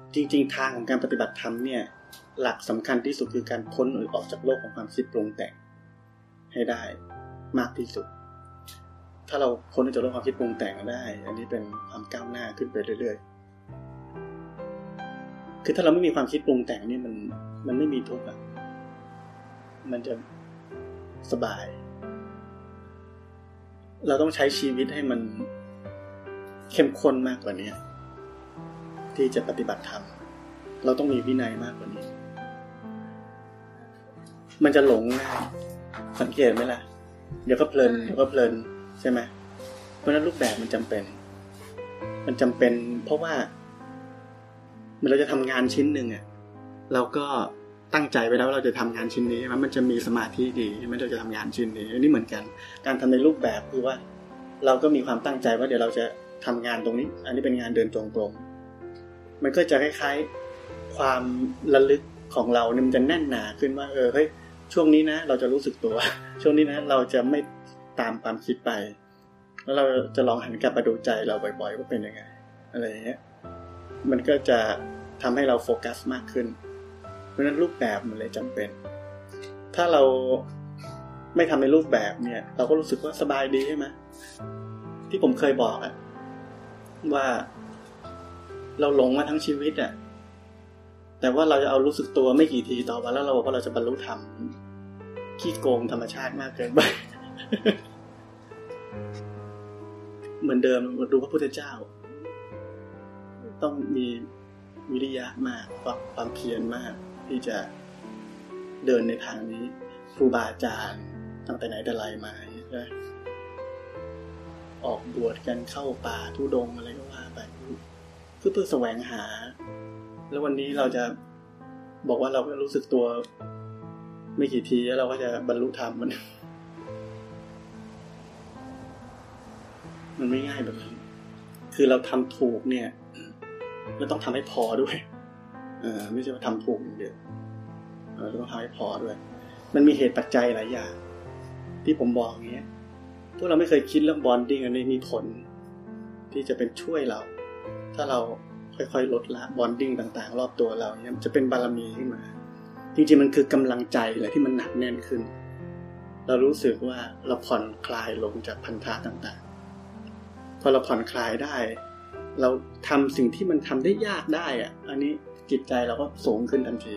จริงๆทางของการปฏิบัติธรรมเนี่ยหลักสำคัญที่สุดคือการพ้นออกจากโลกของความคิดปรุงแต่งให้ได้มากที่สุดถ้าเราพ้นจากโลกความคิดปรุงแต่งได้อันนี้เป็นความก้าวหน้าขึ้นไปเรื่อยๆคือถ้าเราไม่มีความคิดปรุงแต่งนี่มันไม่มีทุกข์อ่ะมันจะสบายเราต้องใช้ชีวิตให้มันเข้มข้นมากกว่านี้ที่จะปฏิบัติธรรมเราต้องมีวินัยมากกว่านี้มันจะหลงง่ายสังเกตไหมล่ะเดี๋ยวก็เพลินใช่ไหมเพราะนั้นรูปแบบมันจำเป็นเพราะว่าเมื่อเราจะทำงานชิ้นหนึ่งอ่ะเราก็ตั้งใจไว้แล้วว่าเราจะทำงานชิ้นนี้มันจะมีสมาธิดีไม่เราจะทำงานชิ้นนี้นี่เหมือนกันการทำในรูปแบบคือว่าเราก็มีความตั้งใจว่าเดี๋ยวเราจะทำงานตรงนี้อันนี้เป็นงานเดินจงกรมมันก็จะคล้ายๆความระลึกของเราเนี่ยมันจะแน่นหนาขึ้นว่าเฮ้ยช่วงนี้นะเราจะรู้สึกตัวช่วงนี้นะเราจะไม่ตามความคิดไปแล้วเราจะลองหันกลับมาดูใจเราบ่อยๆว่าเป็นยังไงอะไรอย่างเงี้ยมันก็จะทำให้เราโฟกัสมากขึ้นเพราะฉะนั้นรูปแบบมันเลยจำเป็นถ้าเราไม่ทำในรูปแบบเนี่ยเราก็รู้สึกว่าสบายดีใช่ไหมที่ผมเคยบอกอะว่าเราหลงมาทั้งชีวิตอะแต่ว่าเราจะเอารู้สึกตัวไม่กี่ทีต่อวันแล้วเราบอกว่าเราจะบรรลุธรรมขี้โกงธรรมชาติมากเกินไป เหมือนเดิมดูพระพุทธเจ้าต้องมีวิริยะมากความเพียรมากที่จะเดินในทางนี้ครูบาอาจารย์ตั้งแต่ไหนแต่ไรมาใช่ออกบวชกันเข้าป่าธุดงค์อะไรก็ว่าไปเพื่อแสวงหาแล้ววันนี้เราจะบอกว่าเราก็รู้สึกตัวไม่กี่ทีแล้วเราก็จะบรรลุธรรมมันไม่ง่ายแบบนั้นคือเราทำถูกเนี่ยเราต้องทำให้พอด้วยไม่ใช่ว่าทำถูกอย่างเดียวเราต้องทำให้พอด้วยมันมีเหตุปัจจัยหลายอย่างที่ผมบอกอย่างเงี้ยพวกเราไม่เคยคิดเรื่องบอนดิ้งอันนี้มีผลที่จะเป็นช่วยเราถ้าเราค่อยๆลดละบอนดิ้งต่างๆรอบตัวเราเนี่ยมันจะเป็นบารมีขึ้นมาจริงๆมันคือกำลังใจแหละที่มันหนักแน่นขึ้นเรารู้สึกว่าเราผ่อนคลายลงจากพันธะต่างๆพอเราผ่อนคลายได้เราทำสิ่งที่มันทำได้ยากได้อ่ะอันนี้จิตใจเราก็สูงขึ้นทันที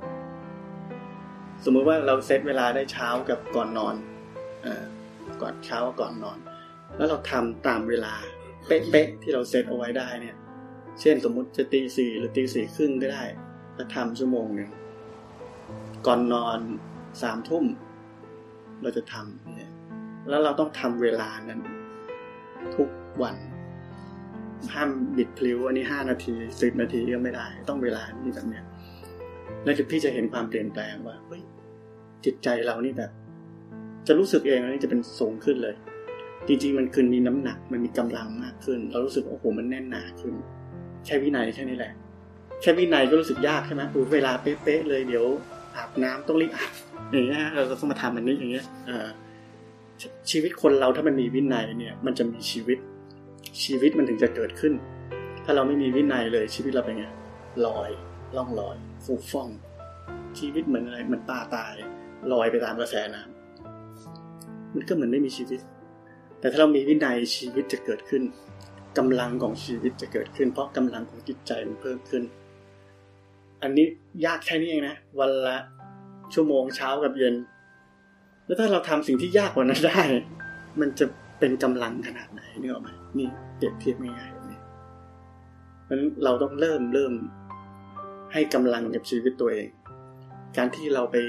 สมมติว่าเราเซตเวลาได้เช้ากับก่อนนอนก่อนเช้าก่อนนอนแล้วเราทำตามเวลาเป๊ะๆที่เราเซตเอาไว้ได้เนี่ยเช่นสมมุติจะ 4:00 หรือ 4:30 ก็ได้แล้วทำชั่วโมงนึงก่อนนอน 3:00 นเราจะทำเนี่ยแล้วเราต้องทำเวลานั้นทุกวันห้ามบิดพลิ้วอันนี้5 นาที10 นาทีก็ไม่ได้ต้องเวลานี้แบบเนี้ยแล้วพี่จะเห็นความเปลี่ยนแปลงว่าเฮ้ยจิตใจเรานี่แบบจะรู้สึกเองนี่จะเป็นสูงขึ้นเลยจริงๆมันคือมีน้ำหนักมันมีกำลังมากขึ้นเรารู้สึกโอ้โหมันแน่นหนาขึ้นแค่วินัยแค่นี้แหละแค่วินัยก็รู้สึกยากใช่ไหมเวลาเป๊ะๆเลยเดี๋ยวอาบน้ำต้องรีบอาบอย่างเงี้ยเราต้องมาทำอันนี้อย่างเงี้ยชีวิตคนเราถ้ามันมีวินัยเนี่ยมันจะมีชีวิตมันถึงจะเกิดขึ้นถ้าเราไม่มีวินัยเลยชีวิตเราเป็นไงลอยล่องลอยฟูฟ่องชีวิตเหมือนอะไรเหมือนปลาตายลอยไปตามกระแสน้ำมันก็เหมือนไม่มีชีวิตแต่ถ้าเรามีวินัยชีวิตจะเกิดขึ้นกำลังของชีวิตจะเกิดขึ้นเพราะกำลังของจิตใจมันเพิ่มขึ้นอันนี้ยากแค่นี้เองนะวันละชั่วโมงเช้ากับเย็นแล้วถ้าเราทำสิ่งที่ยากกว่านั้นได้มันจะเป็นกำลังขนาดไหนนึกออกไหมนี่เปรียบเทียบง่ายๆแบบนี้เพราะฉะนั้นเราต้องเริ่มให้กำลังกับชีวิตตัวเองการที่เราไป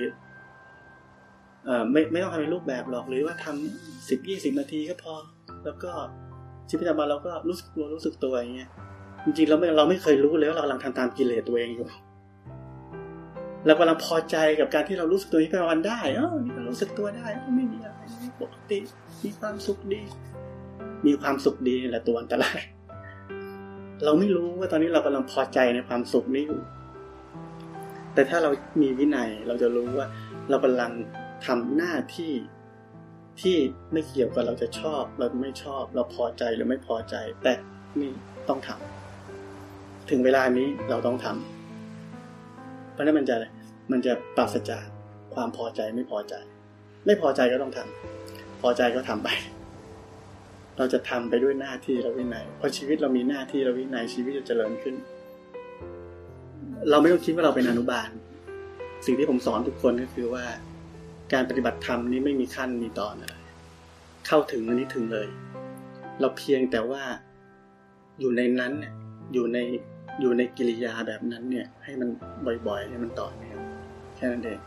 ไม่ต้องทำในรูปแบบหรอกหรือว่าทำ10-20 นาทีก็พอแล้วก็ชีวิตประจำวันเราก็รู้สึกตัวอย่างเงี้ยจริงๆเราไม่เคยรู้เลยว่าเรากำลังทำตามกิเลสตัวเองอยู่เรากำลังพอใจกับการที่เรารู้สึกตัวนี้ไปวันได้นี่ก็รู้สึกตัวได้ไม่มีอะไรปกติมีความสุขดีนี่แหละตัวอันตรายเราไม่รู้ว่าตอนนี้เรากำลังพอใจในความสุขนี้อยู่แต่ถ้าเรามีวินัยเราจะรู้ว่าเรากำลังทำหน้าที่ไม่เกี่ยวกับเราจะชอบเราไม่ชอบเราพอใจหรือไม่พอใจแต่นี่ต้องทำถึงเวลานี้เราต้องทำเพราะนั้นมันจะปราศจากความพอใจไม่พอใจไม่พอใจก็ต้องทำพอใจก็ทำไปเราจะทำไปด้วยหน้าที่และวินัยเพราะชีวิตเรามีหน้าที่และวินัยชีวิตจะเจริญขึ้นเราไม่ต้องคิดว่าเราเป็นอนุบาลสิ่งที่ผมสอนทุกคนก็คือว่าการปฏิบัติธรรมนี้ไม่มีขั้นมีตอนอะไรเข้าถึงอันนี้ถึงเลยเราเพียงแต่ว่าอยู่ในนั้นเนี่ยอยู่ในกิริยาแบบนั้นเนี่ยให้มันบ่อยๆให้มันต่อเนื่องแค่นั้นเอง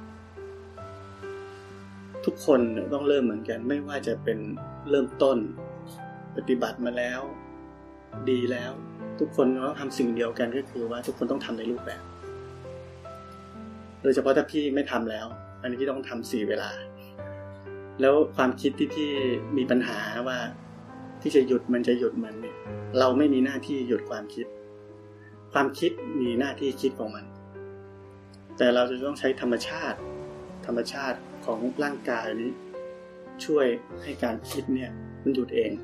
ทุกคนต้องเริ่มเหมือนกันไม่ว่าจะเป็นเริ่มต้นปฏิบัติมาแล้วดีแล้วทุกคนต้องทำสิ่งเดียวกันก็คือว่าทุกคนต้องทำในรูปแบบโดยเฉพาะถ้าพี่ไม่ทำแล้วอันนี้พี่ต้องทำ4เวลาแล้วความคิดที่พี่มีปัญหาว่าที่จะหยุดมันจะหยุดมันเนี่ยเราไม่มีหน้าที่หยุดความคิดมีหน้าที่คิดของมันแต่เราจะต้องใช้ธรรมชาติของร่างกายนี้ช่วยให้การคิดเนี่ยมันหยุดเอง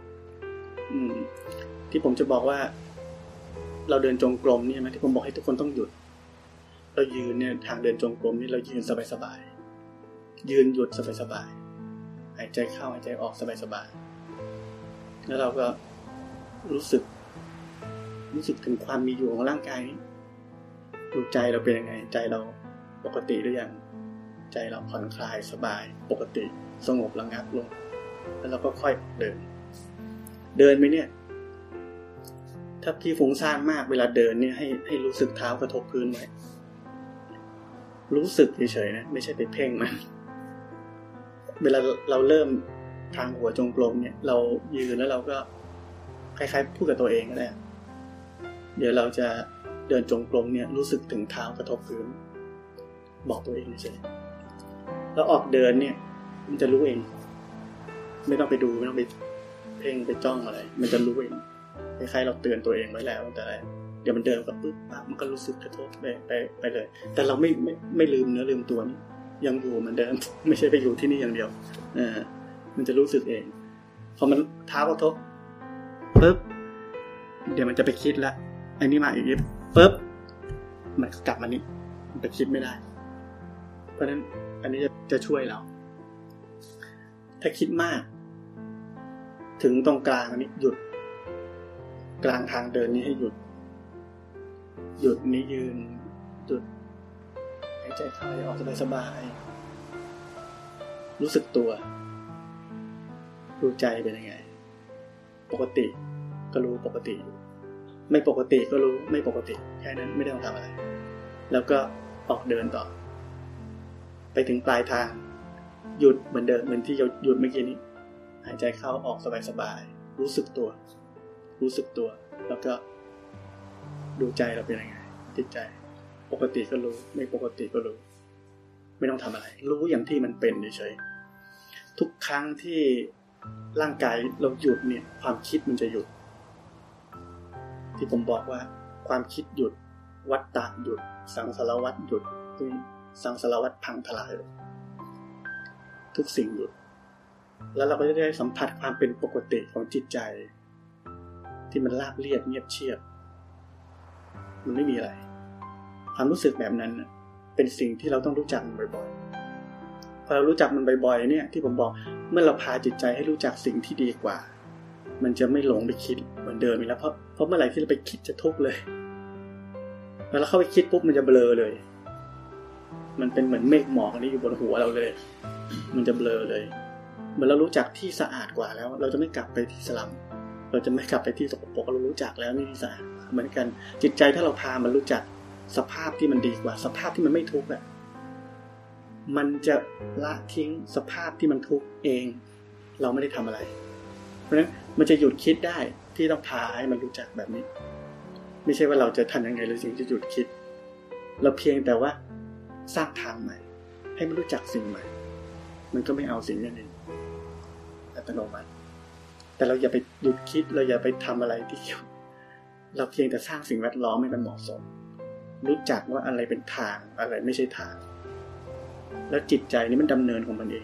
ที่ผมจะบอกว่าเราเดินจงกรมเนี่ยมั้ยที่ผมบอกให้ทุกคนต้องหยุดเรายืนเนี่ยทางเดินจงกรมนี่เรายืนสบายๆยืนหยุดสบายๆหายใจเข้าหายใจออกสบายๆแล้วเราก็รู้สึกถึงความมีอยู่ของร่างกายนี้ดูใจเราเป็นยังไงใจเราปกติหรือยังใจเราผ่อนคลายสบายปกติสงบระงับลงแล้วเราก็ค่อยเดินไปเนี่ยถ้าพี่ฟุ้งซ่านมากเวลาเดินเนี่ยให้รู้สึกเท้ากระทบพื้นไว้รู้สึกเฉยๆนะไม่ใช่ไปเพ่งมันเวลาเราเริ่มทางหัวจงกรมเนี่ยเรายืนแล้วเราก็คล้ายๆพูดกับตัวเองก็ได้เดี๋ยวเราจะเดินจงกรมเนี่ยรู้สึกถึงเท้ากระทบพื้นบอกตัวเองเฉยๆแล้วออกเดินเนี่ยมันจะรู้เองไม่ต้องไปดูไม่ต้องไปเพ่งไปจ้องอะไรมันจะรู้เองคล้ายๆเราเตือนตัวเองไว้แล้วแต่เดี๋ยวมันเดินกับปึ๊บปั๊บมันก็รู้สึกกระทบไปเลยแต่เราไม่ลืมเนื้อลืมตัวนี้ยังอยู่เหมือนเดิมไม่ใช่ไปอยู่ที่นี่อย่างเดียวมันจะรู้สึกเองพอมันเท้ากระทบปึ๊บเดี๋ยวมันจะไปคิดละไอ้นี่มาอีกนิดปึ๊บมันกลับมานี่มันไปคิดไม่ได้เพราะฉะนั้นอันนี้จะช่วยเราถ้าคิดมากถึงตรงกลางอันนี้หยุดกลางทางเดินนี้ให้หยุดนี้ยืนหยุดหายใจเข้าออกสบายๆรู้สึกตัวดูใจเป็นยังไงปกติก็รู้ปกติไม่ปกติก็รู้ไม่ปกติแค่นั้นไม่ได้ต้องทำอะไรแล้วก็ออกเดินต่อไปถึงปลายทางหยุดเหมือนเดิมเหมือนที่หยุดเมื่อกี้นี้หายใจเข้าออกสบายๆรู้สึกตัวแล้วก็ดูใจเราเป็นยังไงจิตใจปกติก็รู้ไม่ปกติก็รู้ไม่ต้องทำอะไรรู้อย่างที่มันเป็นเฉยๆทุกครั้งที่ร่างกายเราหยุดเนี่ยความคิดมันจะหยุดที่ผมบอกว่าความคิดหยุดวัฏฏะหยุดสังสารวัฏหยุดสังสารวัฏพังทลายทุกสิ่งหยุดแล้วเราก็จะได้สัมผัสความเป็นปกติของจิตใจที่มันราบเรียบเงียบเชียบมันไม่มีอะไรความรู้สึกแบบนั้นเป็นสิ่งที่เราต้องรู้จักมันบ่อยๆพอเรารู้จักมันบ่อยๆเนี่ยที่ผมบอกเมื่อเราพาจิตใจให้รู้จักสิ่งที่ดีกว่ามันจะไม่หลงไปคิดเหมือนเดิมอีกแล้วเพราะเมื่อไหร่ที่เราไปคิดจะทุกข์เลยแล้วเราเข้าไปคิดปุ๊บมันจะเบลอเลยมันเป็นเหมือนเมฆหมอกนี่อยู่บนหัวเราเลยมันจะเบลอเลยเมื่อเรารู้จักที่สะอาดกว่าแล้วเราจะไม่กลับไปที่สลัมเราจะไม่กลับไปที่สกปรกเรารู้จักแล้วนี่ที่สะอาดเหมือนกันจิตใจถ้าเราพามันรู้จักสภาพที่มันดีกว่าสภาพที่มันไม่ทุกข์มันจะละทิ้งสภาพที่มันทุกข์เองเราไม่ได้ทำอะไรเพราะฉะนั้นมันจะหยุดคิดได้ที่ต้องพาให้มันรู้จักแบบนี้ไม่ใช่ว่าเราจะทำยังไงเลยสิ่งที่หยุดคิดเราเพียงแต่ว่าสร้างทางใหม่ให้มันรู้จักสิ่งใหม่มันก็ไม่เอาสิ่งนั้นเองอัตโนมัติแต่เราอย่าไปหยุดคิดเราอย่าไปทำอะไรที่เราเพียงแต่สร้างสิ่งแวดล้อมให้มันเหมาะสมรู้จักว่าอะไรเป็นทางอะไรไม่ใช่ทางแล้วจิตใจนี้มันดำเนินของมันเอง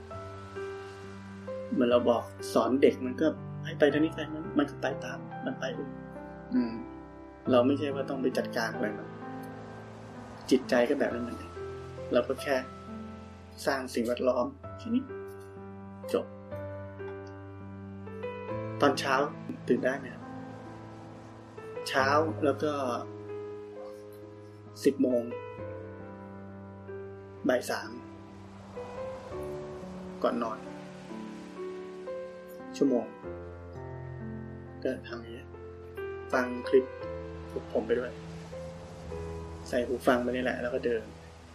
เหมือนเราบอกสอนเด็กมันก็ให้ไปทางนี้ไปมันก็ไปตามมันไปเราไม่ใช่ว่าต้องไปจัดการอะไรมันจิตใจก็แบบนั้นเหมือนกันเราก็แค่สร้างสิ่งแวดล้อมแค่นี้จบตอนเช้าตื่นได้ไหมเช้าแล้วก็10 โมงบ่าย 3ก่อนนอนชั่วโมงก็ทำอย่างนี้ฟังคลิปฝึกผมไปด้วยใส่หูฟังไปนี่แหละแล้วก็เดิน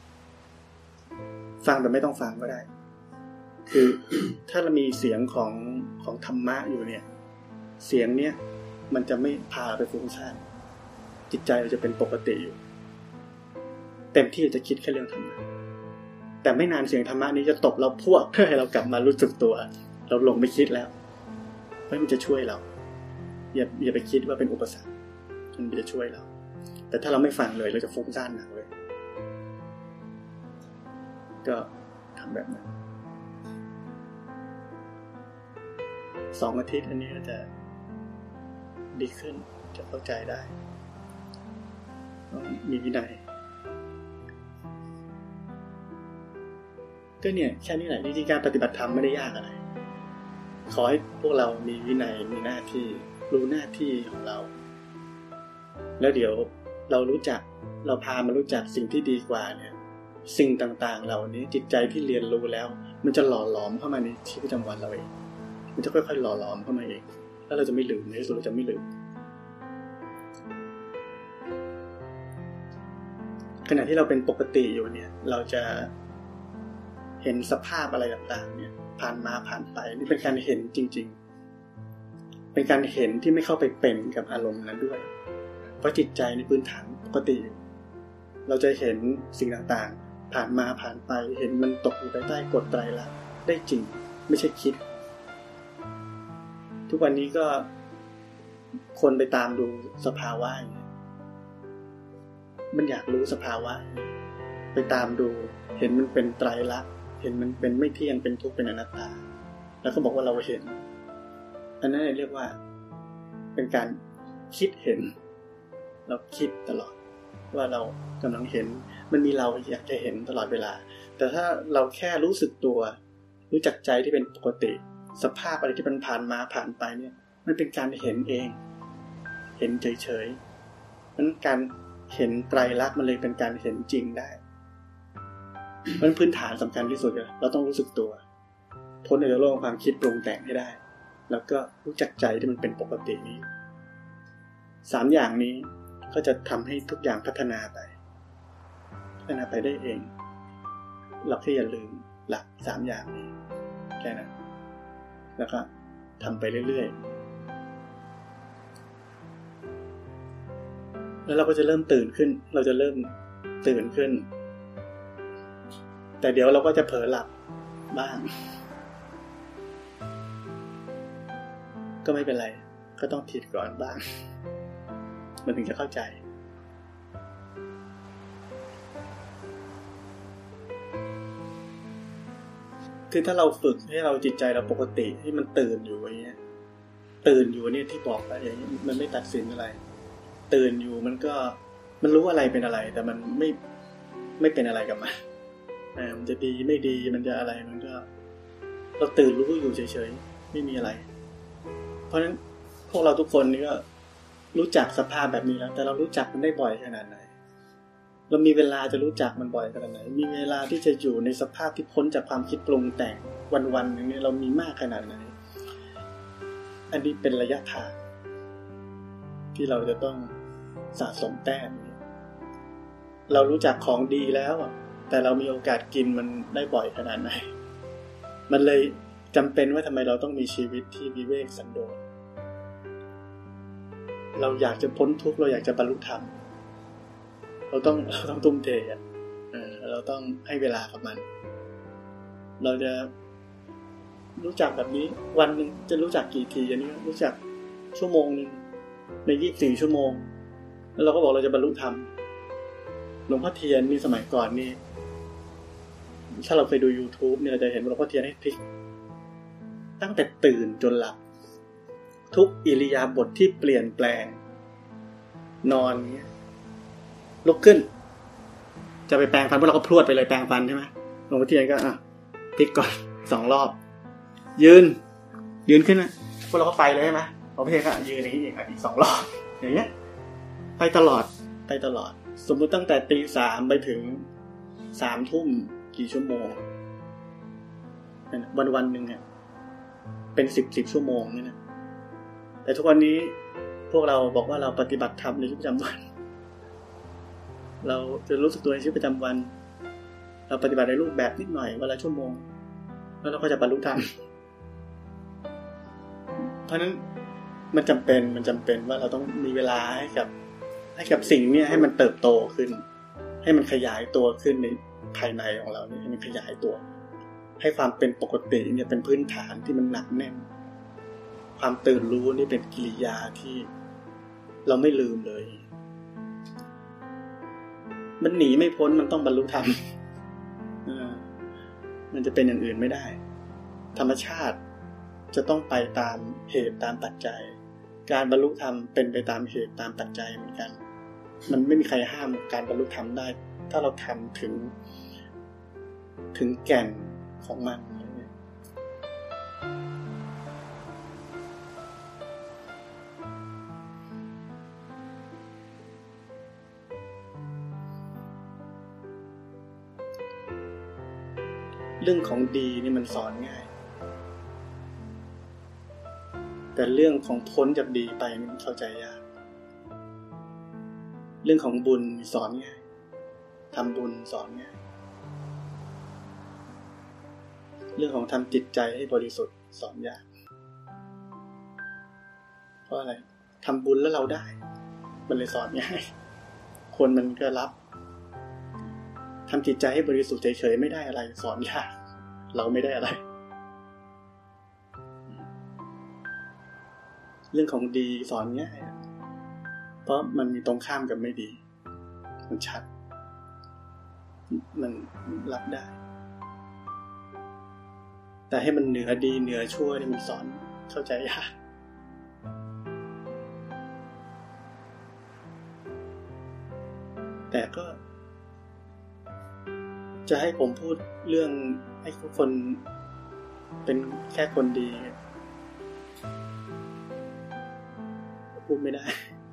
ฟังแต่ไม่ต้องฟังก็ได้คือ ถ้าเรามีเสียงของธรรมะอยู่เนี่ยเสียงเนี้ยมันจะไม่พาไปฟุ้งซ่านจิตใจเราจะเป็นปกติอยู่เต็มที่จะคิดแค่เรื่องธรรมะแต่ไม่นานเสียงธรรมะนี้จะตบเราพวกเพื่อให้เรากลับมารู้สึกตัวเราลงไปคิดแล้วเพราะมันจะช่วยเราอย่าไปคิดว่าเป็นอุปสรรคมันจะช่วยเราแต่ถ้าเราไม่ฟังเลยเราจะฟุ้งซ่านหนักเลยก็ทำแบบนั้น2 อาทิตย์อันนี้ก็จะดีขึ้นจะเข้าใจได้มีวินัยก็เนี่ยแค่นี้แหละจริงๆการปฏิบัติธรรมไม่ได้ยากอะไรขอให้พวกเรามีวินัยมีหน้าที่รู้หน้าที่ของเราแล้วเดี๋ยวเราพามารู้จักสิ่งที่ดีกว่าเนี่ยสิ่งต่างๆเหล่านี้จิตใจที่เรียนรู้แล้วมันจะหล่อหลอมเข้ามาในชีวิตประจำวันเราเองมันจะค่อยๆหล่อหลอมเข้ามาเองแล้วเราจะไม่ลืมในที่สุดเราจะไม่ลืมขณะที่เราเป็นปกติอยู่เนี่ยเราจะเห็นสภาพอะไรต่างๆเนี่ยผ่านมาผ่านไปนี่เป็นการเห็นจริงๆเป็นการเห็นที่ไม่เข้าไปเป็นกับอารมณ์นั้นด้วยเพราะจิตใจในพื้นฐานปกติเราจะเห็นสิ่งต่างๆผ่านมาผ่านไปเห็นมันตกอยู่ภายใต้กฎไตรลักษณ์ได้จริงไม่ใช่คิดทุกวันนี้ก็คนไปตามดูสภาวะมันอยากรู้สภาวะไปตามดูเห็นมันเป็นไตรลักษณ์เห็นมันเป็นไม่เที่ยงเป็นทุกข์เป็นอนัตตาแล้วก็บอกว่าเราเห็นอันนั้นเรียกว่าเป็นการคิดเห็นเราคิดตลอดว่าเรากำลังเห็นมันมีเราอยากจะเห็นตลอดเวลาแต่ถ้าเราแค่รู้สึกตัวรู้จักใจที่เป็นปกติสภาพอะไรที่มันผ่านมาผ่านไปเนี่ยมันเป็นการเห็นเองเห็นเฉยๆนั้นการเห็นไตรลักษณ์มันเลยเป็นการเห็นจริงได้มันพื้นฐานสำคัญที่สุดเลยเราต้องรู้สึกตัวพ้นจากโลกของความคิดปรุงแต่งให้ได้แล้วก็รู้จักใจที่มันเป็นปกตินี้3อย่างนี้ก็จะทำให้ทุกอย่างพัฒนาไปได้เองเราแค่อย่าลืมหลัก3อย่างนี้แค่นั้นแล้วก็ทำไปเรื่อยๆแล้วเราก็จะเริ่มตื่นขึ้นเราจะเริ่มตื่นขึ้นแต่เดี๋ยวเราก็จะเผลอหลับบ้างก็ไม่เป็นไรก็ต้องผิดก่อนบ้างมันถึงจะเข้าใจคือถ้าเราฝึกให้เราจิตใจเราปกติให้มันตื่นอยู่อย่างเงี้ยตื่นอยู่เนี่ยที่บอกไปอย่างนี้มันไม่ตัดสินอะไรตื่นอยู่มันรู้อะไรเป็นอะไรแต่มันไม่เป็นอะไรกับมันจะดีไม่ดีมันจะอะไรมันก็เราตื่นรู้อยู่เฉยๆไม่มีอะไรเพราะฉะนั้นพวกเราทุกคนนี่ก็รู้จักสภาพแบบนี้แล้วแต่เรารู้จักมันได้บ่อยขนาดไหนเรามีเวลาจะรู้จักมันบ่อยขนาดไหนมีเวลาที่จะอยู่ในสภาพที่พ้นจากความคิดปรุงแต่งวันๆนึงเนี่ยเรามีมากขนาดไหนอันนี้เป็นระยะทางที่เราจะต้องสะสมแต้มเรารู้จักของดีแล้วแต่เรามีโอกาสกินมันได้บ่อยขนาดไหนมันเลยจำเป็นว่าทำไมเราต้องมีชีวิตที่วิเวกสันโดษเราอยากจะพ้นทุกข์เราอยากจะบรรลุธรรมเราต้องทุ่มเทเราต้องให้เวลากับมันเราจะรู้จักแบบนี้วันนึงจะรู้จักกี่ทีอันนี้รู้จักชั่วโมงนึงใน24 ชั่วโมงแล้วเราก็บอกเราจะบรรลุธรรมหลวงพ่อเทียนนี่สมัยก่อนนี่ถ้าเราเคยดู YouTube เนี่ยเราจะเห็นหลวงพ่อเทียนให้พลิกตั้งแต่ตื่นจนหลับทุกอิริยาบถที่เปลี่ยนแปลงนอนอย่างเงี้ยลุกขึ้นจะไปแปรงฟันพวกเราก็พรวดไปเลยแปรงฟันใช่ไหมหลวงพ่อเทียนก็พลิกก่อน2 รอบยืนขึ้นนะพวกเราก็ไปเลยใช่ไหมหลวงพ่อเทียนก็ยืนอย่างนี้อีก2 รอบอย่างเงี้ยไปตลอดสมมุติตั้งแต่ตี 3ไปถึง3 ทุ่มกี่ชั่วโมงวันหนึ่งเนี่ยเป็น10ชั่วโมงนี่นะแต่ทุกวันนี้พวกเราบอกว่าเราปฏิบัติธรรมในชีวิตประจำวันเราจะรู้สึกตัวในชีวิตประจำวันเราปฏิบัติในรูปแบบนิดหน่อยวันละชั่วโมงแล้วเราก็จะบรรลุธรรมเพราะฉะนั้นมันจำเป็นว่าเราต้องมีเวลาให้กับสิ่งนี้ให้มันเติบโตขึ้นให้มันขยายตัวขึ้นในภายในของเราเนี่ยให้มันขยายตัวให้ความเป็นปกติเนี่ยเป็นพื้นฐานที่มันหนักแน่นความตื่นรู้นี่เป็นกิริยาที่เราไม่ลืมเลยมันหนีไม่พ้นมันต้องบรรลุธรรมมันจะเป็นอย่างอื่นไม่ได้ธรรมชาติจะต้องไปตามเหตุตามปัจจัยการบรรลุธรรมเป็นไปตามเหตุตามปัจจัยเหมือนกันมันไม่มีใครห้ามการบรรลุธรรมได้ถ้าเราทำถึงแก่นของมันเรื่องของดีนี่มันสอนง่ายแต่เรื่องของพ้นจากดีไปนี่มันเข้าใจยากเรื่องของบุญสอนง่ายทำบุญสอนง่ายเรื่องของทำจิตใจให้บริสุทธิ์สอนยากเพราะอะไรทำบุญแล้วเราได้มันเลยสอนง่ายคนมันก็รับทำจิตใจให้บริสุทธิ์เฉยๆไม่ได้อะไรสอนยากเราไม่ได้อะไรเรื่องของดีสอนง่ายเพราะมันมีตรงข้ามกับไม่ดีมันชัดมันรับได้แต่ให้มันเหนือดีเหนือชั่วนี่มันสอนเข้าใจยากแต่ก็จะให้ผมพูดเรื่องให้ทุกคนเป็นแค่คนดีพูดไม่ได้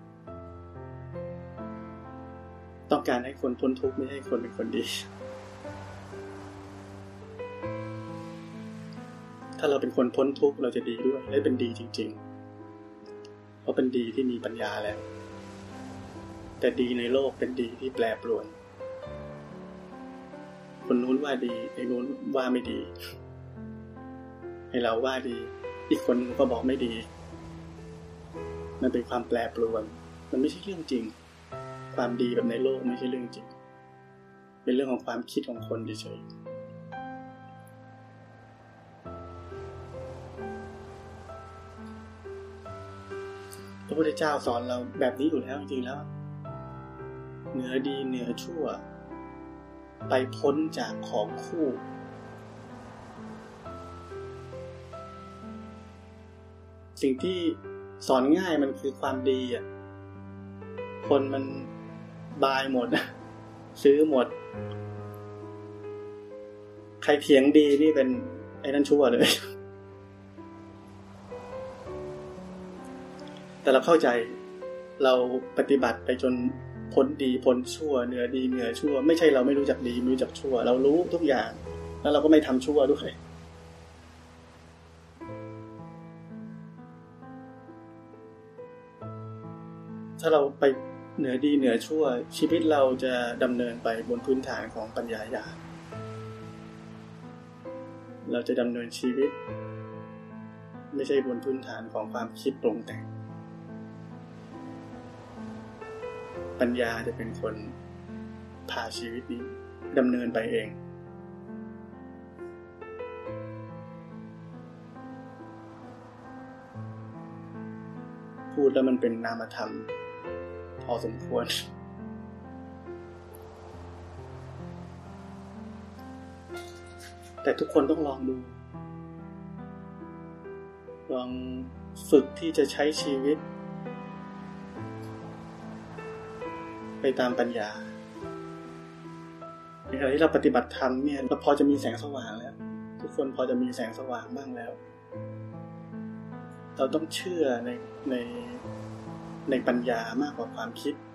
ต้องการให้คนพ้นทุกข์ไม่ให้คนเป็นคนดีถ้าเราเป็นคนพ้นทุกข์เราจะดีด้วยและเป็นดีจริงๆเพราะเป็นดีที่มีปัญญาแล้วแต่ดีในโลกเป็นดีที่แปรปรวนคนนู้นว่าดีไอ้นู้นว่าไม่ดีให้เราว่าดีอีกคนนึงก็บอกไม่ดีมันเป็นความแปรปรวนมันไม่ใช่เรื่องจริงความดีแบบในโลกไม่ใช่เรื่องจริงเป็นเรื่องของความคิดของคนเฉยๆพระพุทธเจ้าสอนเราแบบนี้อยู่แล้วจริงๆแล้วเหนือดีเหนือชั่วไปพ้นจากของคู่สิ่งที่สอนง่ายมันคือความดีอ่ะคนมันบายหมดซื้อหมดใครเถียงดีนี่เป็นไอ้นั่นชั่วเลยแต่เราเข้าใจเราปฏิบัติไปจนพ้นดีพ้นชั่วเหนือดีเหนือชั่วไม่ใช่เราไม่รู้จักดีไม่รู้จักชั่วเรารู้ทุกอย่างแล้วเราก็ไม่ทำชั่วด้วยถ้าเราไปเหนือดีเหนือชั่วชีวิตเราจะดำเนินไปบนพื้นฐานของปัญญาญาณเราจะดำเนินชีวิตไม่ใช่บนพื้นฐานของความคิดปรุงแต่งปัญญาจะเป็นคนพาชีวิตนี้ดำเนินไปเองพูดแล้วมันเป็นนามธรรมพอสมควรแต่ทุกคนต้องลองดูลองฝึกที่จะใช้ชีวิตไปตามปัญญาในขณะที่เราปฏิบัติธรรมเนี่ยเราพอจะมีแสงสว่างแล้วทุกคนพอจะมีแสงสว่างบ้างแล้วเราต้องเชื่อในปัญญามากกว่าความคิด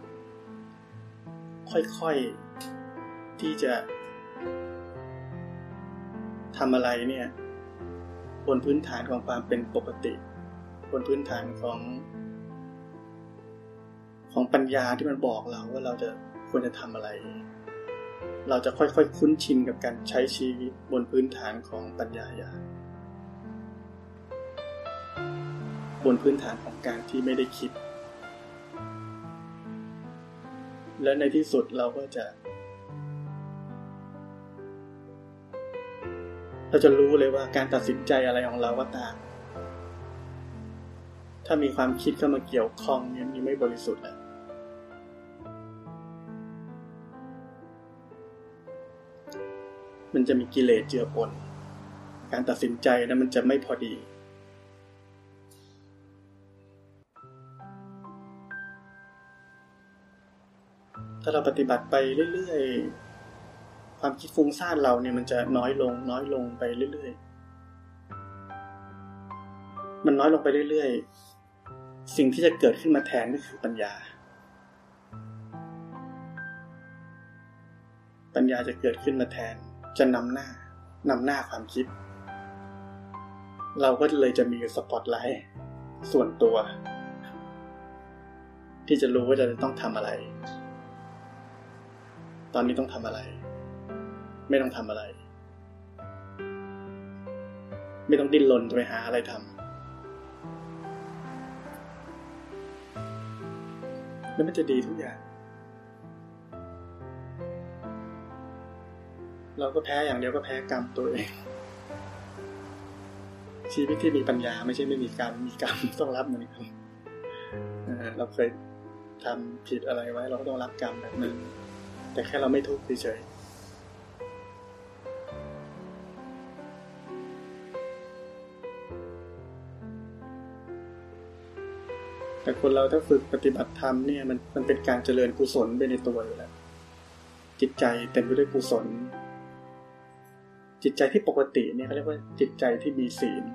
ค่อยๆที่จะทำอะไรเนี่ยบนพื้นฐานของความเป็นปกติบนพื้นฐานของปัญญาที่มันบอกเราว่าเราจะควรจะทำอะไรเราจะค่อยๆคุ้นชินกับการใช้ชีวิตบนพื้นฐานของปัญญาญาณบนพื้นฐานของการที่ไม่ได้คิดและในที่สุดเราจะรู้เลยว่าการตัดสินใจอะไรของเราก็ตามถ้ามีความคิดเข้ามาเกี่ยวข้องเนี่ยมันไม่บริสุทธิ์แล้วมันจะมีกิเลสเจือปนการตัดสินใจนะมันจะไม่พอดีถ้าเราปฏิบัติไปเรื่อยๆความคิดฟุ้งซ่านเราเนี่ยมันจะน้อยลงไปเรื่อยๆมันน้อยลงไปเรื่อยๆสิ่งที่จะเกิดขึ้นมาแทนก็คือปัญญาจะเกิดขึ้นมาแทนจะนำหน้าความคิดเราก็เลยจะมีสปอตไลท์ส่วนตัวที่จะรู้ว่าจะต้องทำอะไรตอนนี้ต้องทำอะไรไม่ต้องทำอะไรไม่ต้องดิ้นรนไปหาอะไรทำแล้วมันจะดีทุกอย่างเราก็แพ้อย่างเดียวก็แพ้กรรมตัวเองชีวิตที่มีปัญญาไม่ใช่ไม่มีกรรมต้องรับมันครับเราเคยทำผิดอะไรไว้เราก็ต้องรับกรรมแบบนั้นแต่แค่เราไม่ทุกข์เฉยๆแต่คนเราถ้าฝึกปฏิบัติธรรมเนี่ยมันเป็นการเจริญกุศลไปในตัวอยู่แล้วจิตใจเต็มไปด้วยกุศลจิตใจที่ปกติเนี่ยเขาเรียกว่าจิตใจที่มีศีล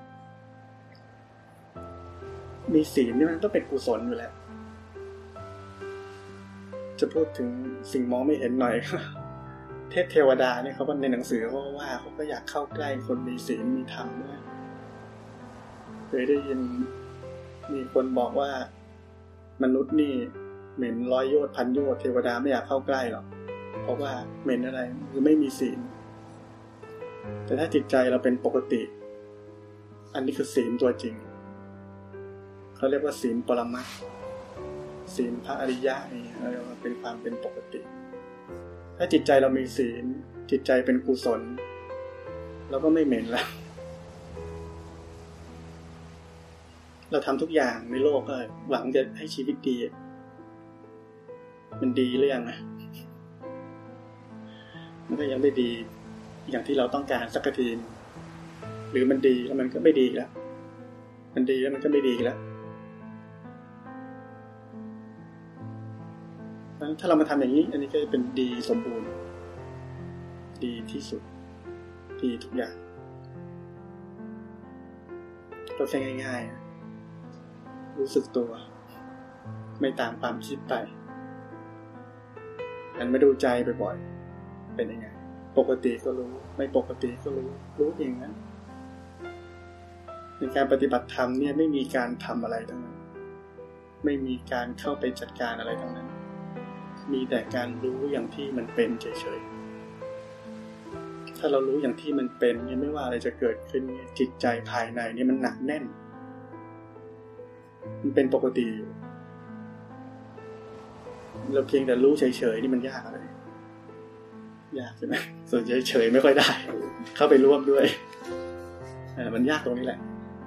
นี่มันต้องเป็นกุศลอยู่แล้วจะพูดถึงสิ่งมองไม่เห็นหน่อยเทพเทวดาเนี่ยเขาก็ในหนังสือเขาว่าเขาก็อยากเข้าใกล้คนมีศีลมีธรรมด้วยเคยได้ยินมีคนบอกว่ามนุษย์นี่เหม็น100 โยชน์ 1,000 โยชน์เทวดาไม่อยากเข้าใกล้หรอกเพราะว่าเหม็นอะไรคือไม่มีศีลแต่ถ้าจิตใจเราเป็นปกติอันนี้คือศีลตัวจริงเขาเรียกว่าศีลปรมัตถ์ศีลพระอริยะนี่เรียกว่าเป็นความเป็นปกติถ้าจิตใจเรามีศีลจิตใจเป็นกุศลเราก็ไม่เหม็นแล้วเราทำทุกอย่างในโลกก็หวังจะให้ชีวิตดีมันดีหรือยังนะมันก็ยังไม่ดีอย่างที่เราต้องการสักทีหรือมันดีแล้วมันก็ไม่ดีแล้วมันดีแล้วมันก็ไม่ดีแล้วถ้าเรามาทำอย่างนี้อันนี้ก็จะเป็นดีสมบูรณ์ดีที่สุดดีทุกอย่างก็แค่ง่ายๆรู้สึกตัวไม่ตามความคิดไปหันมาดูใจบ่อยๆเป็นยังไงปกติก็รู้ไม่ปกติก็รู้อย่างนั้นในการปฏิบัติธรรมเนี่ยไม่มีการทำอะไรทั้งนั้นไม่มีการเข้าไปจัดการอะไรทั้งนั้นมีแต่การรู้อย่างที่มันเป็นเฉยๆถ้าเรารู้อย่างที่มันเป็นเนี่ยไม่ว่าอะไรจะเกิดขึ้นจิตใจภายในเนี่ยมันหนักแน่นมันเป็นปกติอยู่เราเพียงแต่รู้เฉยๆนี่มันยากอะไรยากใช่ไหมส่วนเฉยๆไม่ค่อยได้เข้าไปร่วมด้วยมันยากตรงนี้แหละ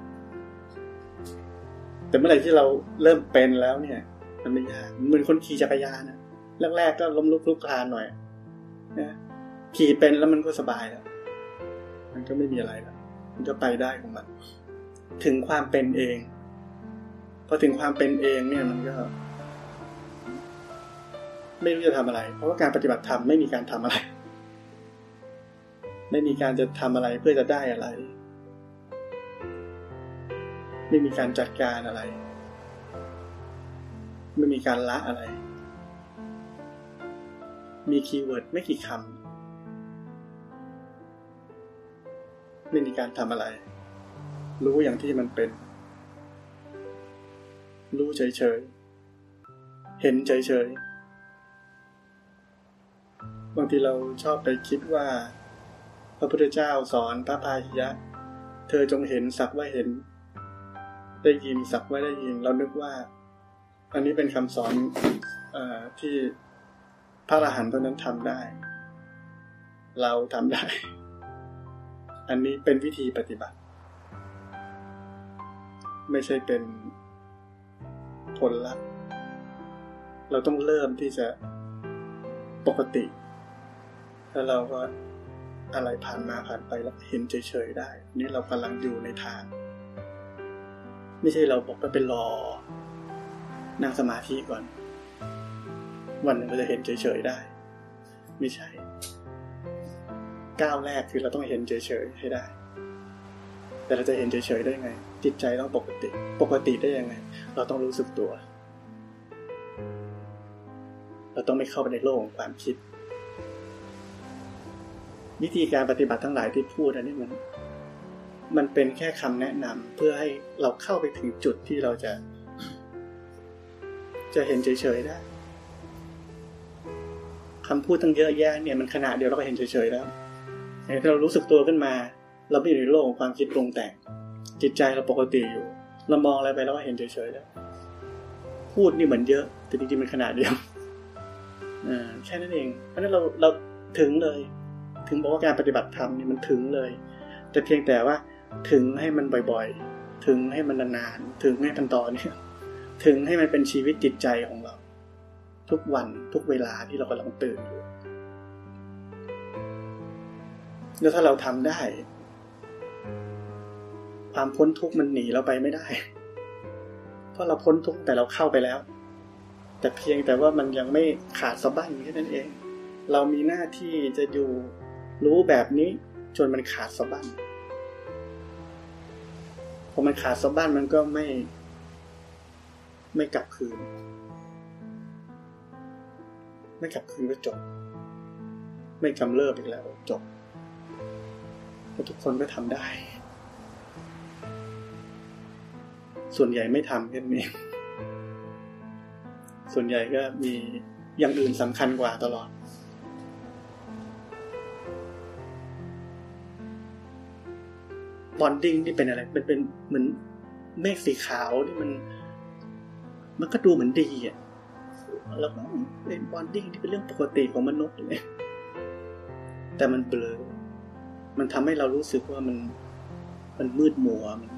แต่เมื่อไหร่ที่เราเริ่มเป็นแล้วเนี่ยมันไม่ยากเหมือนคนขี่จักรยานนะแรกๆก็ล้มลุกคลุกคลานหน่อยนะขี่เป็นแล้วมันก็สบายแล้วมันก็ไม่มีอะไรแล้วมันก็ไปได้ของมันถึงความเป็นเองพอถึงความเป็นเองเนี่ยมันก็ไม่รู้จะทำอะไรเพราะว่าการปฏิบัติธรรมไม่มีการทำอะไรไม่มีการจะทำอะไรเพื่อจะได้อะไรไม่มีการจัดการอะไรไม่มีการละอะไรมีคีย์เวิร์ดไม่กี่คำไม่มีการทำอะไรรู้อย่างที่มันเป็นรู้เฉยๆเห็นเฉยๆบางทีเราชอบไปคิดว่าพระพุทธเจ้าสอนพระพาหิยะเธอจงเห็นสักว่าเห็นได้ยินสักว่าได้ยินเรานึกว่าอันนี้เป็นคำสอนที่พระอรหันต์เท่านั้นทำได้เราทำได้อันนี้เป็นวิธีปฏิบัติไม่ใช่เป็นผลลัพธ์เราต้องเริ่มที่จะปกติแล้วเราก็อะไรผ่านมาผ่านไปแล้วเห็นเฉยๆได้นี่เรากำลังอยู่ในทางไม่ใช่เราบอกว่าเป็นรอนั่งสมาธิก่อนวันหนึ่งเราจะเห็นเฉยๆได้ไม่ใช่ก้าวแรกคือเราต้องเห็นเฉยๆให้ได้แต่เราจะเห็นเฉยๆได้ไงจิตใจต้องปกติได้ยังไงเราต้องรู้สึกตัวเราต้องไม่เข้าไปในโลกของความคิดวิธีการปฏิบัติทั้งหลายที่พูดอันนี้มันเป็นแค่คำแนะนำเพื่อให้เราเข้าไปถึงจุดที่เราจะเห็นเฉยๆได้คำพูดตั้งเยอะแยะเนี่ยมันขณะเดียวเราก็เห็นเฉยๆแล้วถ้าเรารู้สึกตัวขึ้นมาเราไม่อยู่ในโลกของความคิดปรุงแต่งจิตใจเราปกติอยู่เรามองอะไรไปแล้วก็เห็นเฉยๆแล้วพูดนี่เหมือนเยอะแต่จริงๆมันขณะเดียวแค่นั้นเองเพราะฉะนั้นเราถึงเลยถึงบอกว่าการปฏิบัติธรรมนี่มันถึงเลยแต่เพียงแต่ว่าถึงให้มันบ่อยๆถึงให้มันนานๆถึงให้มันต่อเนื่องถึงให้มันเป็นชีวิตจิตใจของเราทุกวันทุกเวลาที่เรากำลังตื่นอยู่แล้วถ้าเราทำได้ความพ้นทุกข์มันหนีเราไปไม่ได้เพราะเราพ้นทุกข์แต่เราเข้าไปแล้วแต่เพียงแต่ว่ามันยังไม่ขาดสะบั้นแค่นั้นเองเรามีหน้าที่จะอยู่รู้แบบนี้จนมันขาดสะบั้นพอมันขาดสะบั้นมันก็ไม่กลับคืนไม่กลับคืนก็จบไม่กำเริบอีกแล้วจบทุกคนก็ทำได้ส่วนใหญ่ไม่ทำแค่นี้ส่วนใหญ่ก็มีอย่างอื่นสำคัญกว่าตลอดบอนดิ้งนี่เป็นอะไรเป็นเหมือนเมฆสีขาวที่มันก็ดูเหมือนดีอ่ะแล้วก็เป็นบอนดิ้งที่เป็นเรื่องปกติของมนุษย์เลยแต่มันเบลอมันทำให้เรารู้สึกว่ามันมืดมัวมัน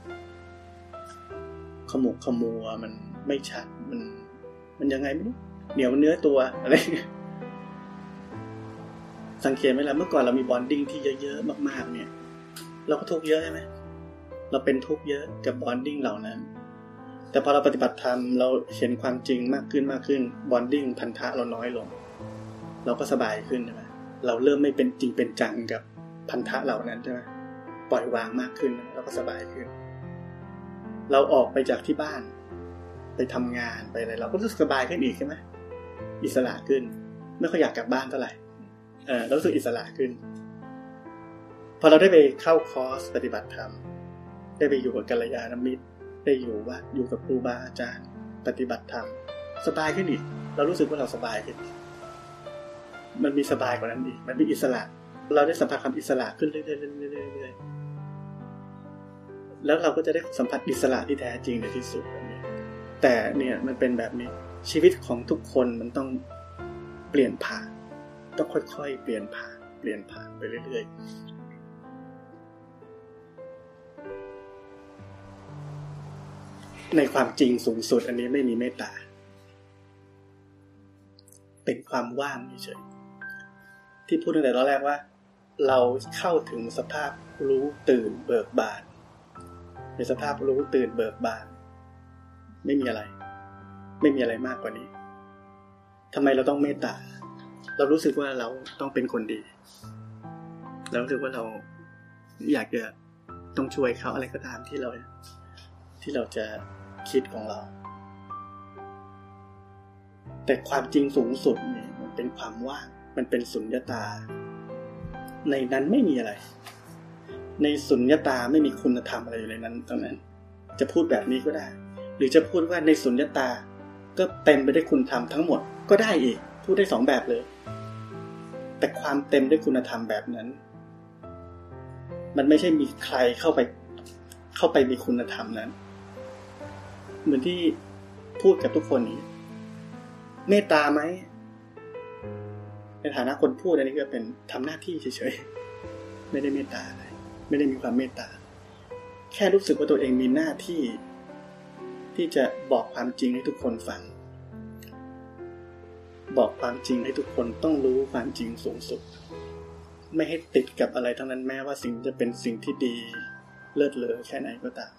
ขมุกขมัวมันไม่ชัดมันยังไงไม่รู้เหนียวเนื้อตัวอะไรสังเกตไหมล่ะเมื่อก่อนเรามีบอนดิ้งที่เยอะๆมากๆเนี่ยเราก็ทุกข์เยอะใช่ไหมเราเป็นทุกข์เยอะกับบอนดิ้งเหล่านั้นแต่พอเราปฏิบัติธรรมเราเห็นความจริงมากขึ้นบอนดิ้งพันธะเราน้อยลงเราก็สบายขึ้นใช่ไหมเราเริ่มไม่เป็นจริงเป็นจังกับพันธะเหล่านั้นใช่ไหมปล่อยวางมากขึ้นเราก็สบายขึ้นเราออกไปจากที่บ้านไปทำงานไปอะไรเราก็รู้สึกสบายขึ้นอีกใช่ไหมอิสระขึ้นไม่ค่อยอยากกลับบ้านเท่าไหร่เรารู้สึกอิสระขึ้นพอเราได้ไปเข้าคอร์สปฏิบัติธรรมได้ไปอยู่กับกัลยาณมิตรได้อยู่วัดอยู่กับครูบาอาจารย์ปฏิบัติธรรมสบายขึ้นอีกเรารู้สึกว่าเราสบายขึ้นมันมีสบายกว่านั้นอีกมันมีอิสระเราได้สัมผัสความอิสระขึ้นเรื่อยๆแล้วเราก็จะได้สัมผัสอิสระที่แท้จริงในที่สุดแต่เนี่ยมันเป็นแบบนี้ชีวิตของทุกคนมันต้องเปลี่ยนผ่านต้องค่อยๆเปลี่ยนผ่านไปเรื่อยๆในความจริงสูงสุดอันนี้ไม่มีเมตตาเป็นความว่างเฉยๆที่พูดตั้งแต่ตอนแรกว่าเราเข้าถึงสภาพรู้ตื่นเบิกบานในสภาพรู้ตื่นเบิกบานไม่มีอะไรมากกว่านี้ทำไมเราต้องเมตตาเรารู้สึกว่าเราต้องเป็นคนดีเรารู้สึกว่าเราอยากจะต้องช่วยเขาอะไรก็ตามที่เราจะคิดของเราแต่ความจริงสูงสุดเนี่ยมันเป็นความว่างมันเป็นสุญญตาในนั้นไม่มีอะไรในสุญญตาไม่มีคุณธรรมอะไรอยู่ในนั้นตรงนั้นจะพูดแบบนี้ก็ได้หรือจะพูดว่าในสุญญตาก็เต็มไปด้วยคุณธรรมทั้งหมดก็ได้อีกพูดได้2แบบเลยแต่ความเต็มด้วยคุณธรรมแบบนั้นมันไม่ใช่มีใครเข้าไปมีคุณธรรมนั้นเหมือนที่พูดกับทุกคนนี้เมตตาไหมในฐานะคนพูดอันนี้ก็เป็นทำหน้าที่เฉยๆไม่ได้เมตตาอะไรไม่ได้มีความเมตตาแค่รู้สึกว่าตัวเองมีหน้าที่จะบอกความจริงให้ทุกคนฟังบอกความจริงให้ทุกคนต้องรู้ความจริงสูงสุดไม่ให้ติดกับอะไรทั้งนั้นแม้ว่าสิ่งจะเป็นสิ่งที่ดีเลิศเลอแค่ไหนก็ตาม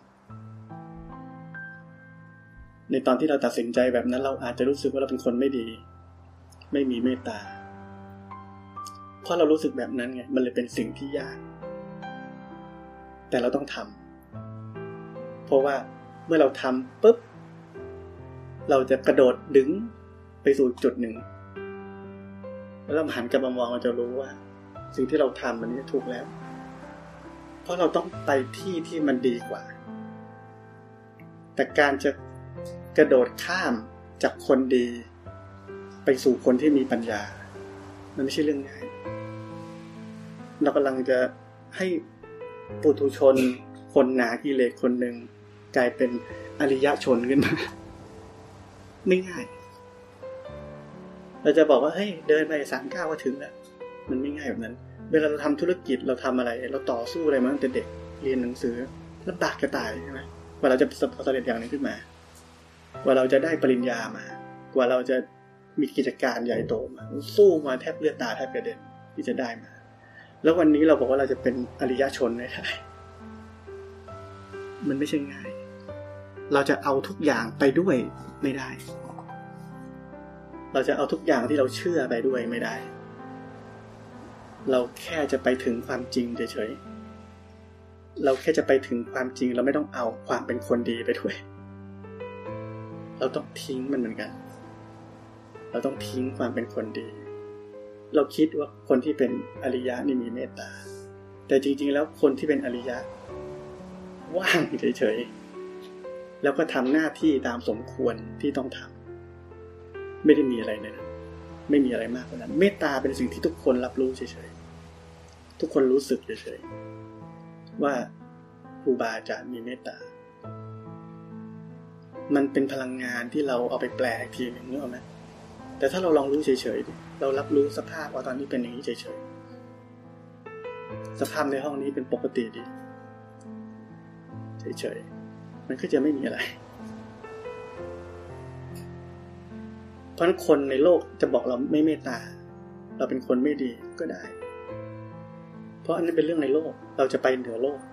ในตอนที่เราตัดสินใจแบบนั้นเราอาจจะรู้สึกว่าเราเป็นคนไม่ดีไม่มีเมตตาเพราะเรารู้สึกแบบนั้นไงมันเลยเป็นสิ่งที่ยากแต่เราต้องทำเพราะว่าเมื่อเราทำปุ๊บเราจะกระโดดดึงไปสู่จุดหนึ่งแล้วเราหันกลับมามองเราจะรู้ว่าสิ่งที่เราทำมันนี้ถูกแล้วเพราะเราต้องไปที่มันดีกว่าแต่การจะกระโดดข้ามจากคนดีไปสู่คนที่มีปัญญามันไม่ใช่เรื่องง่ายเรากำลังจะให้ปุถุชนคนหนากิเลสคนหนึ่งกลายเป็นอริยชนขึ้นมาไม่ง่ายเราจะบอกว่าเฮ้ยเดินไป3 ก้าวก็ถึงแล้วมันไม่ง่ายแบบนั้นเวลาเราทำธุรกิจเราทำอะไรเราต่อสู้อะไรมาตั้งแต่เด็กเรียนหนังสือลำบากจะตายใช่ไหมกว่าเราจะสำเร็จอย่างนี้ขึ้นมากว่าเราจะได้ปริญญามากว่าเราจะมีกิจการใหญ่โตมาสู้มาแทบเลือดตาแทบกระเด็นที่จะได้มาแล้ววันนี้เราบอกว่าเราจะเป็นอริยชนได้มันไม่ใช่ง่ายเราจะเอาทุกอย่างไปด้วยไม่ได้เราจะเอาทุกอย่างที่เราเชื่อไปด้วยไม่ได้เราแค่จะไปถึงความจริงเฉยๆเราแค่จะไปถึงความจริงเราไม่ต้องเอาความเป็นคนดีไปด้วยเราต้องทิ้งมันเหมือนกันเราต้องทิ้งความเป็นคนดีเราคิดว่าคนที่เป็นอริยะนี่มีเมตตาแต่จริงๆแล้วคนที่เป็นอริยะว่างเฉยๆแล้วก็ทำหน้าที่ตามสมควรที่ต้องทำไม่ได้มีอะไรเลยนะไม่มีอะไรมากกว่านั้นเมตตาเป็นสิ่งที่ทุกคนรับรู้เฉยๆทุกคนรู้สึกเฉยๆว่าครูบาอาจารย์มีเมตตามันเป็นพลังงานที่เราเอาไปแปลอีกทีนึงนึกออกไหมแต่ถ้าเราลองรู้เฉยๆเรารับรู้สภาพว่าตอนนี้เป็นอย่างนี้เฉยๆสภาพในห้องนี้เป็นปกติดีเฉยๆมันก็จะไม่มีอะไรเพราะฉะนั้นคนในโลกจะบอกเราไม่เมตตาเราเป็นคนไม่ดีก็ได้เพราะอันนั้นเป็นเรื่องในโลกเราจะไปเหนือโลก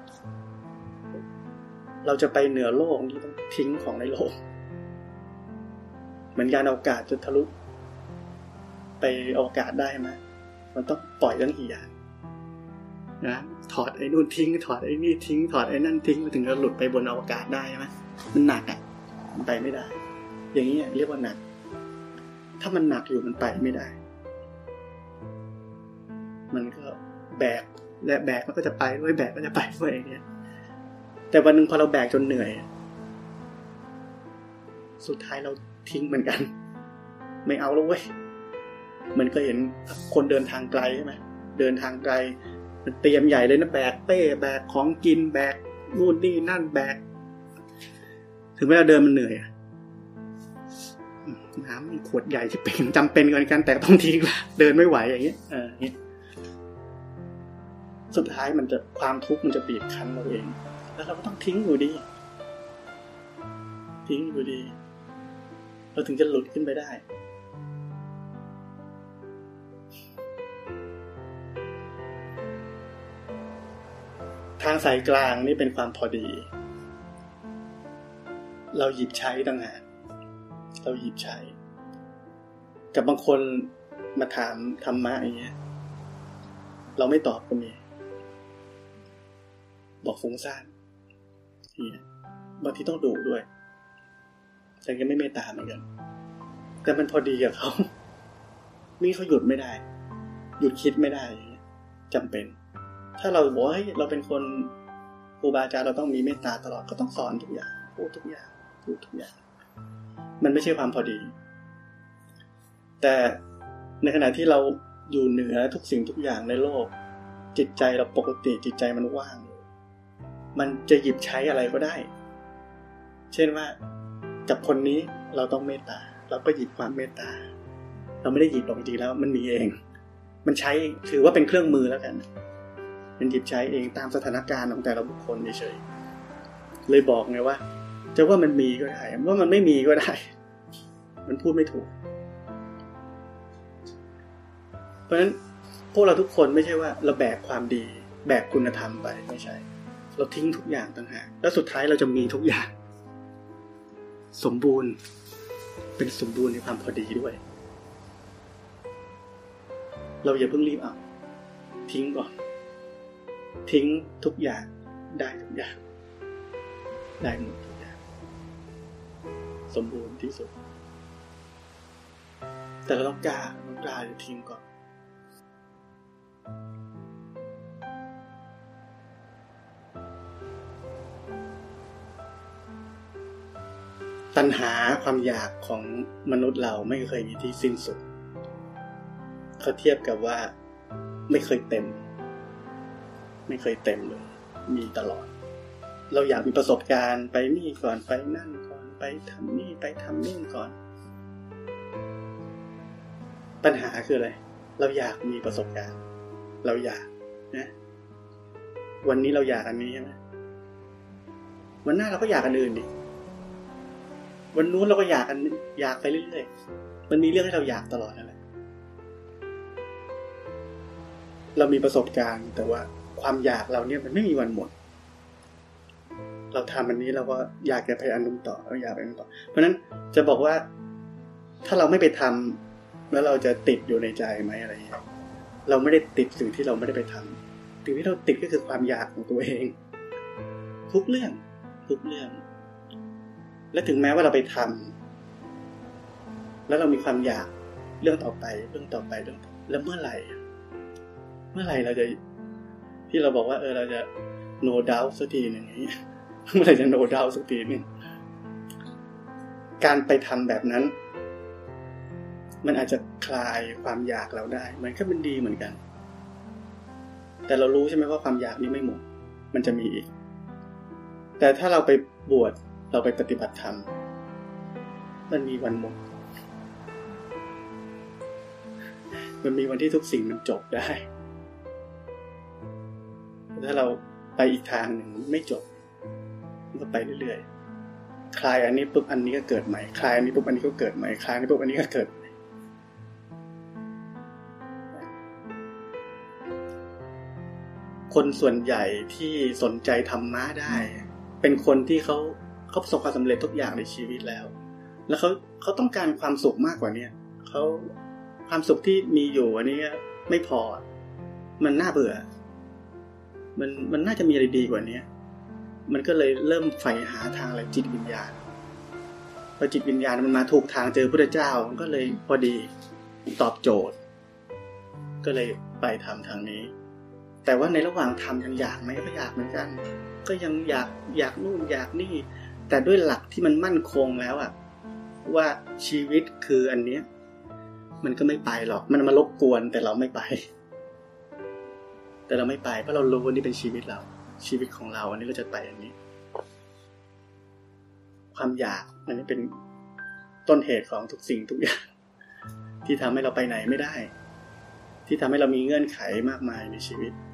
เราจะไปเหนือโลกนี่ต้องทิ้งของในโลกเหมือนยานอวกาศจะทะลุไปอวกาศได้ไหมมันต้องปล่อยเรื่องกี่อย่างนะถอดไอ้นู่นทิ้งถอดไอ้นี่ทิ้งถอดไอ้นั่นทิ้งมาถึงจะหลุดไปบนอวกาศได้ไหมมันหนักอ่ะมันไปไม่ได้อย่างนี้เรียกว่าหนักถ้ามันหนักอยู่มันไปไม่ได้มันก็แบกและแบกมันก็จะไปด้วยแบกก็จะไปด้วยอย่างเงี้ยแต่วันนึงพอเราแบกจนเหนื่อยสุดท้ายเราทิ้งเหมือนกันไม่เอาแล้วเว้ยมันก็เห็นคนเดินทางไกลใช่ไหมเดินทางไกลมันเตรียมใหญ่เลยนะแบกเป้แบกของกินแบกนู่นนี่นั่นแบกถึงเวลาเดินมันเหนื่อยน้ำมีขวดใหญ่ที่เป็นจำเป็นกันแต่ต้องทิ้งละเดินไม่ไหวอย่างเงี้ยสุดท้ายมันจะความทุกข์มันจะบีบคั้นเราเองแล้วเราก็ต้องทิ้งอยู่ดีเราถึงจะหลุดขึ้นไปได้ทางสายกลางนี่เป็นความพอดีเราหยิบใช้ต่างหากเราหยิบใช้กับบางคนมาถามธรรมะอย่างเงี้ยเราไม่ตอบก็มีบอกฟุ้งซ่านเนี่ยบางทีต้องดุด้วยแต่ก็ไม่เมตตาเหมือนกันแต่มันพอดีกับเขามีเขาหยุดไม่ได้หยุดคิดไม่ได้จำเป็นถ้าเราบอกว่าเราเป็นคนครูบาอาจารย์เราต้องมีเมตตาตลอดก็ต้องสอนทุกอย่างพูดทุกอย่างพูดทุกอย่างมันไม่ใช่ความพอดีแต่ในขณะที่เราอยู่เหนือทุกสิ่งทุกอย่างในโลกจิตใจเราปกติจิตใจมันว่างมันจะหยิบใช้อะไรก็ได้เช่นว่ากับคนนี้เราต้องเมตตาเราก็หยิบความเมตตาเราไม่ได้หยิบหรอกจริงๆแล้วมันมีเองมันใช้ถือว่าเป็นเครื่องมือแล้วกันมันหยิบใช้เองตามสถานการณ์ของแต่ละบุคคลเฉยๆเลยบอกไงว่าจะว่ามันมีก็ได้ว่ามันไม่มีก็ได้มันพูดไม่ถูกเพราะฉะนั้นพวกเราทุกคนไม่ใช่ว่าเราแบกความดีแบกคุณธรรมไปไม่ใช่เราทิ้งทุกอย่างต่างหากแล้วสุดท้ายเราจะมีทุกอย่างสมบูรณ์เป็นสมบูรณ์ในความพอดีด้วยเราอย่าเพิ่งรีบเอาทิ้งก่อนทิ้งทุกอย่างได้ทุกอย่างได้หมดทุกอย่างสมบูรณ์ที่สุดแต่เราต้องกล้าจะทิ้งก่อนตัณหาความอยากของมนุษย์เราไม่เคยมีที่สิ้นสุดเขาเทียบกับว่าไม่เคยเต็มเลยมีตลอดเราอยากมีประสบการณ์ไปนี่ก่อนไปนั่นก่อนไปทำนี่ไปทำนู่นก่อนปัญหาคืออะไรเราอยากมีประสบการณ์เราอยากนะวันนี้เราอยากอันนี้ใช่ไหมวันหน้าเราก็อยากอันอื่นดิวันนู้นเราก็อยากไปเรื่อยๆมันมีเรื่องให้เราอยากตลอดนั่นแหละเรามีประสบการณ์แต่ว่าความอยากเราเนี่ยมันไม่มีวันหมดเราทำอันนี้เราก็อยากจะไปอันนู้นต่อเราอยากไปอันนู้นต่อเพราะฉะนั้นจะบอกว่าถ้าเราไม่ไปทำแล้วเราจะติดอยู่ในใจไหมอะไรอย่างเงี้ยเราไม่ได้ติดสิ่งที่เราไม่ได้ไปทำสิ่งที่เราติดก็คือความอยากของตัวเองทุกเรื่องและถึงแม้ว่าเราไปทำแล้วเรามีความอยากเรื่องต่อไปแล้วเมื่อไหร่เราจะที่เราบอกว่าเราจะ no doubt สักทีนึงอย่างเงี้ยเมื่อไหร่จะ no doubt สักทีนึงการไปทำแบบนั้นมันอาจจะคลายความอยากเราได้มันก็เป็นดีเหมือนกันแต่เรารู้ใช่ไหมว่าความอยากนี้ไม่หมดมันจะมีอีกแต่ถ้าเราไปบวชเราไปปฏิบัติธรรมมันมีวันหมดมันมีวันที่ทุกสิ่งมันจบได้ถ้าเราไปอีกทางหนึ่งไม่จบมันก็ไปเรื่อยๆคลายอันนี้ปุ๊บอันนี้ก็เกิดใหม่คลายอันนี้ปุ๊บอันนี้ก็เกิดใหม่คลายอันนี้ปุ๊บอันนี้ก็เกิดคนส่วนใหญ่ที่สนใจธรรมะได้เป็นคนที่เขาประสบความสำเร็จทุกอย่างในชีวิตแล้วเขาต้องการความสุขมากกว่านี้เขาความสุขที่มีอยู่อันนี้ไม่พอมันน่าเบื่อมันน่าจะมีอะไรดีกว่านี้มันก็เลยเริ่มใฝ่หาทางอะไรจิตวิญญาณพอจิตวิญญาณมันมาถูกทางเจอพระพุทธเจ้ามันก็เลยพอดีตอบโจทย์ก็เลยไปทำทางนี้แต่ว่าในระหว่างทำยังอยากไหมก็อยากเหมือนกันก็ยังอยากนู่นอยากนี่แต่ด้วยหลักที่มันมั่นคงแล้วว่าชีวิตคืออันนี้มันก็ไม่ไปหรอกมันมารบกวนแต่เราไม่ไปเพราะเรารู้ว่านี่เป็นชีวิตเราชีวิตของเราอันนี้เราจะไปอันนี้ความอยากอันนี้เป็นต้นเหตุของทุกสิ่งทุกอย่างที่ทำให้เราไปไหนไม่ได้ที่ทำให้เรามีเงื่อนไขมากมายในชีวิต